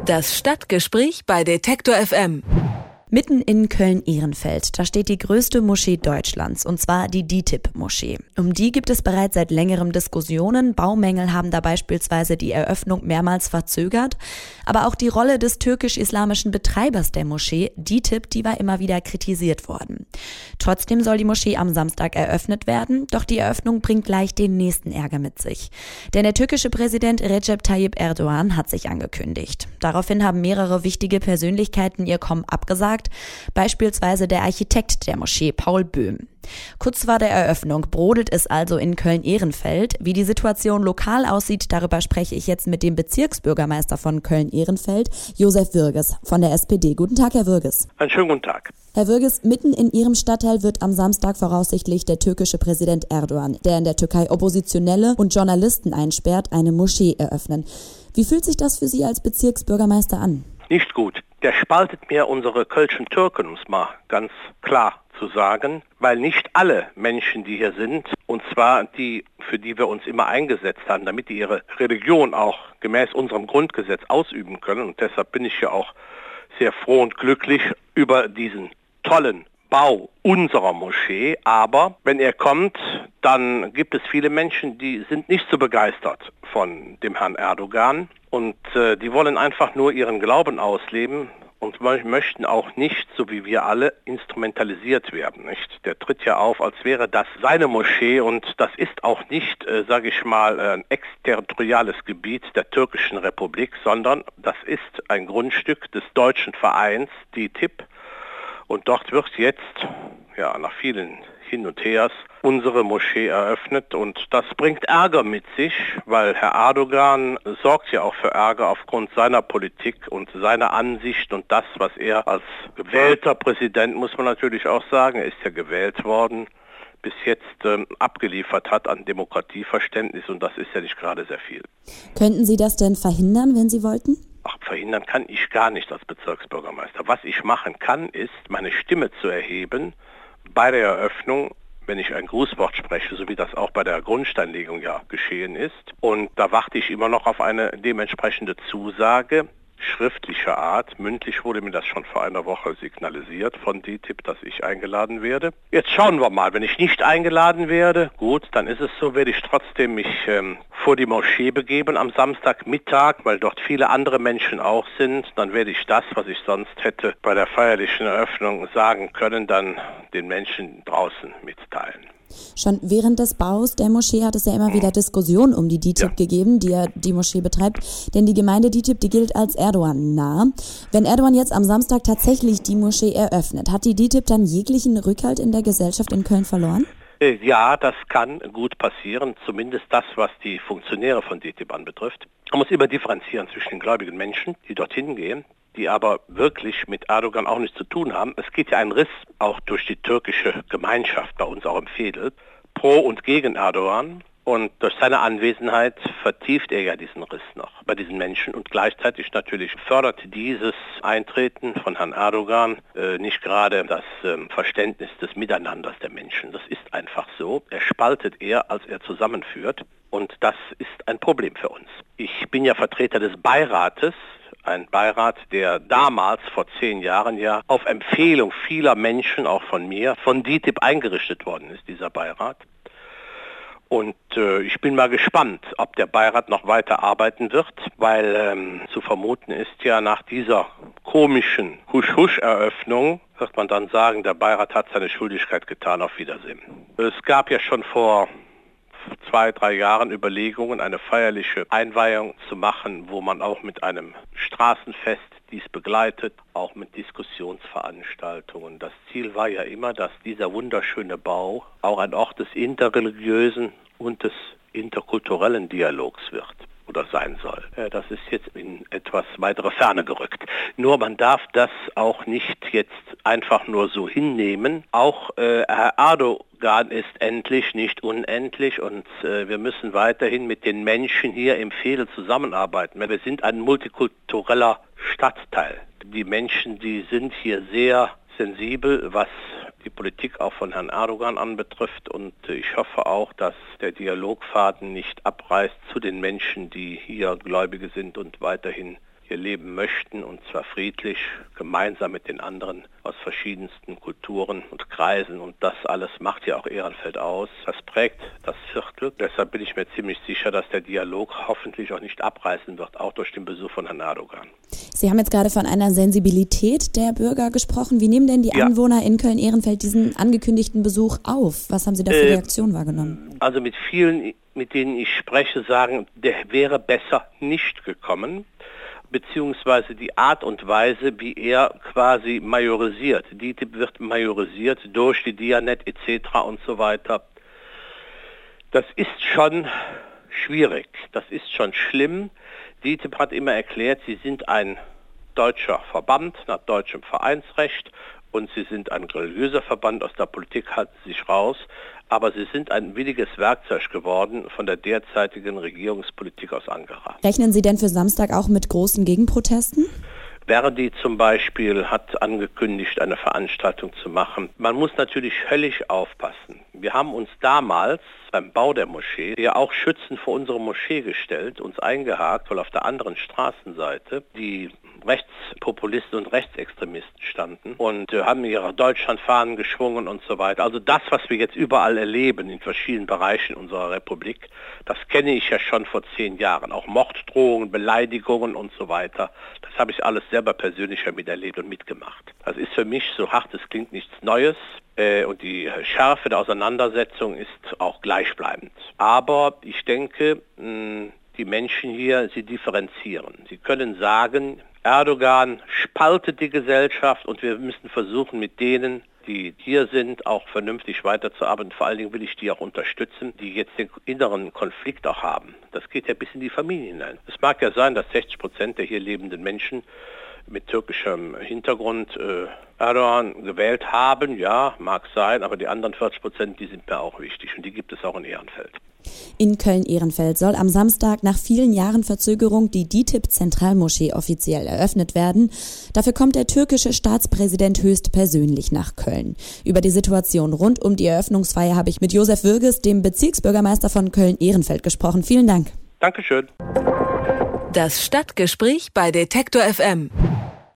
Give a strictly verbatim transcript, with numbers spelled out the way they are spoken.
Das Stadtgespräch bei Detektor F M. Mitten in Köln-Ehrenfeld, da steht die größte Moschee Deutschlands, und zwar die D I T B-Moschee. Um die gibt es bereits seit längerem Diskussionen. Baumängel haben da beispielsweise die Eröffnung mehrmals verzögert. Aber auch die Rolle des türkisch-islamischen Betreibers der Moschee, D I T B, die war immer wieder kritisiert worden. Trotzdem soll die Moschee am Samstag eröffnet werden, doch die Eröffnung bringt gleich den nächsten Ärger mit sich. Denn der türkische Präsident Recep Tayyip Erdogan hat sich angekündigt. Daraufhin haben mehrere wichtige Persönlichkeiten ihr Kommen abgesagt, beispielsweise der Architekt der Moschee, Paul Böhm. Kurz vor der Eröffnung brodelt es also in Köln-Ehrenfeld. Wie die Situation lokal aussieht, darüber spreche ich jetzt mit dem Bezirksbürgermeister von Köln-Ehrenfeld, Josef Wirges von der S P D. Guten Tag, Herr Wirges. Einen schönen guten Tag. Herr Wirges, mitten in Ihrem Stadtteil wird am Samstag voraussichtlich der türkische Präsident Erdogan, der in der Türkei Oppositionelle und Journalisten einsperrt, eine Moschee eröffnen. Wie fühlt sich das für Sie als Bezirksbürgermeister an? Nicht gut. Der spaltet mir unsere kölschen Türken, um es mal ganz klar zu sagen, weil nicht alle Menschen, die hier sind, und zwar die, für die wir uns immer eingesetzt haben, damit die ihre Religion auch gemäß unserem Grundgesetz ausüben können, und deshalb bin ich ja auch sehr froh und glücklich über diesen tollen Bau unserer Moschee, aber wenn er kommt, dann gibt es viele Menschen, die sind nicht so begeistert von dem Herrn Erdogan und äh, die wollen einfach nur ihren Glauben ausleben und möchten auch nicht, so wie wir alle, instrumentalisiert werden. Nicht? Der tritt ja auf, als wäre das seine Moschee, und das ist auch nicht, äh, sage ich mal, ein exterritoriales Gebiet der türkischen Republik, sondern das ist ein Grundstück des deutschen Vereins, D I T B. Und dort wird jetzt, ja, nach vielen Hin und Hers, unsere Moschee eröffnet. Und das bringt Ärger mit sich, weil Herr Erdogan sorgt ja auch für Ärger aufgrund seiner Politik und seiner Ansicht und das, was er als gewählter Präsident, muss man natürlich auch sagen, er ist ja gewählt worden, bis jetzt ähm, abgeliefert hat an Demokratieverständnis, und das ist ja nicht gerade sehr viel. Könnten Sie das denn verhindern, wenn Sie wollten? Ach, verhindern kann ich gar nicht als Bezirksbürgermeister. Was ich machen kann, ist, meine Stimme zu erheben bei der Eröffnung, wenn ich ein Grußwort spreche, so wie das auch bei der Grundsteinlegung ja geschehen ist. Und da warte ich immer noch auf eine dementsprechende Zusage schriftlicher Art. Mündlich wurde mir das schon vor einer Woche signalisiert von D I T B, dass ich eingeladen werde. Jetzt schauen wir mal, wenn ich nicht eingeladen werde, gut, dann ist es so, werde ich trotzdem mich ähm, vor die Moschee begeben am Samstagmittag, weil dort viele andere Menschen auch sind. Dann werde ich das, was ich sonst hätte bei der feierlichen Eröffnung sagen können, dann den Menschen draußen mitteilen. Schon während des Baus der Moschee hat es ja immer wieder Diskussionen um die D I T B ja. gegeben, die ja die Moschee betreibt. Denn die Gemeinde D I T B, die gilt als Erdogan-nah. Wenn Erdogan jetzt am Samstag tatsächlich die Moschee eröffnet, hat die D I T B dann jeglichen Rückhalt in der Gesellschaft in Köln verloren? Ja, das kann gut passieren, zumindest das, was die Funktionäre von D I T B anbetrifft. Man muss immer differenzieren zwischen den gläubigen Menschen, die dorthin gehen, die aber wirklich mit Erdogan auch nichts zu tun haben. Es geht ja ein Riss auch durch die türkische Gemeinschaft, bei uns auch im Veedel, pro und gegen Erdogan. Und durch seine Anwesenheit vertieft er ja diesen Riss noch bei diesen Menschen. Und gleichzeitig natürlich fördert dieses Eintreten von Herrn Erdogan äh, nicht gerade das ähm, Verständnis des Miteinanders der Menschen. Das ist einfach so. Er spaltet eher, als er zusammenführt. Und das ist ein Problem für uns. Ich bin ja Vertreter des Beirates. Ein Beirat, der damals vor zehn Jahren ja auf Empfehlung vieler Menschen, auch von mir, von D I T B eingerichtet worden ist, dieser Beirat. Und äh, ich bin mal gespannt, ob der Beirat noch weiter arbeiten wird, weil ähm, zu vermuten ist ja, nach dieser komischen Husch-Husch-Eröffnung wird man dann sagen, der Beirat hat seine Schuldigkeit getan, auf Wiedersehen. Es gab ja schon vor zwei, drei Jahren Überlegungen, eine feierliche Einweihung zu machen, wo man auch mit einem Straßenfest dies begleitet, auch mit Diskussionsveranstaltungen. Das Ziel war ja immer, dass dieser wunderschöne Bau auch ein Ort des interreligiösen und des interkulturellen Dialogs wird oder sein soll. Das ist jetzt in etwas weitere Ferne gerückt. Nur man darf das auch nicht jetzt einfach nur so hinnehmen. Auch äh, Herr Erdogan ist endlich, nicht unendlich, und äh, wir müssen weiterhin mit den Menschen hier im Veedel zusammenarbeiten. Wir sind ein multikultureller Stadtteil. Die Menschen, die sind hier sehr sensibel, was die Politik auch von Herrn Erdogan anbetrifft, und ich hoffe auch, dass der Dialogfaden nicht abreißt zu den Menschen, die hier Gläubige sind und weiterhin hier leben möchten, und zwar friedlich, gemeinsam mit den anderen aus verschiedensten Kulturen und Kreisen. Und das alles macht ja auch Ehrenfeld aus. Das prägt das Viertel. Deshalb bin ich mir ziemlich sicher, dass der Dialog hoffentlich auch nicht abreißen wird, auch durch den Besuch von Herrn Erdogan. Sie haben jetzt gerade von einer Sensibilität der Bürger gesprochen. Wie nehmen denn die ja. Anwohner in Köln-Ehrenfeld diesen angekündigten Besuch auf? Was haben Sie da für äh, Reaktionen wahrgenommen? Also mit vielen, mit denen ich spreche, sagen, der wäre besser nicht gekommen, beziehungsweise die Art und Weise, wie er quasi majorisiert. D I T I B wird majorisiert durch die Diyanet et cetera und so weiter. Das ist schon schwierig, das ist schon schlimm. D I T I B hat immer erklärt, sie sind ein deutscher Verband nach deutschem Vereinsrecht und sie sind ein religiöser Verband, aus der Politik halten sie sich raus, aber sie sind ein williges Werkzeug geworden von der derzeitigen Regierungspolitik aus Ankara. Rechnen Sie denn für Samstag auch mit großen Gegenprotesten? Verdi zum Beispiel hat angekündigt, eine Veranstaltung zu machen. Man muss natürlich höllisch aufpassen. Wir haben uns damals beim Bau der Moschee ja auch Schützen vor unsere Moschee gestellt, uns eingehakt, weil auf der anderen Straßenseite die Rechtspopulisten und Rechtsextremisten standen und äh, haben ihre Deutschlandfahnen geschwungen und so weiter. Also das, was wir jetzt überall erleben in verschiedenen Bereichen unserer Republik, das kenne ich ja schon vor zehn Jahren. Auch Morddrohungen, Beleidigungen und so weiter. Das habe ich alles selber persönlich miterlebt und mitgemacht. Das ist für mich, so hart es klingt, nichts Neues. Äh, und die Schärfe der Auseinandersetzung ist auch gleichbleibend. Aber ich denke, mh, die Menschen hier, sie differenzieren. Sie können sagen, Erdogan spaltet die Gesellschaft und wir müssen versuchen, mit denen, die hier sind, auch vernünftig weiterzuarbeiten. Vor allen Dingen will ich die auch unterstützen, die jetzt den inneren Konflikt auch haben. Das geht ja bis in die Familie hinein. Es mag ja sein, dass sechzig Prozent der hier lebenden Menschen mit türkischem Hintergrund äh, Erdogan gewählt haben. Ja, mag sein, aber die anderen vierzig Prozent, die sind mir auch wichtig und die gibt es auch in Ehrenfeld. In Köln-Ehrenfeld soll am Samstag nach vielen Jahren Verzögerung die D I T I B-Zentralmoschee offiziell eröffnet werden. Dafür kommt der türkische Staatspräsident höchstpersönlich nach Köln. Über die Situation rund um die Eröffnungsfeier habe ich mit Josef Würges, dem Bezirksbürgermeister von Köln-Ehrenfeld, gesprochen. Vielen Dank. Dankeschön. Das Stadtgespräch bei Detektor F M.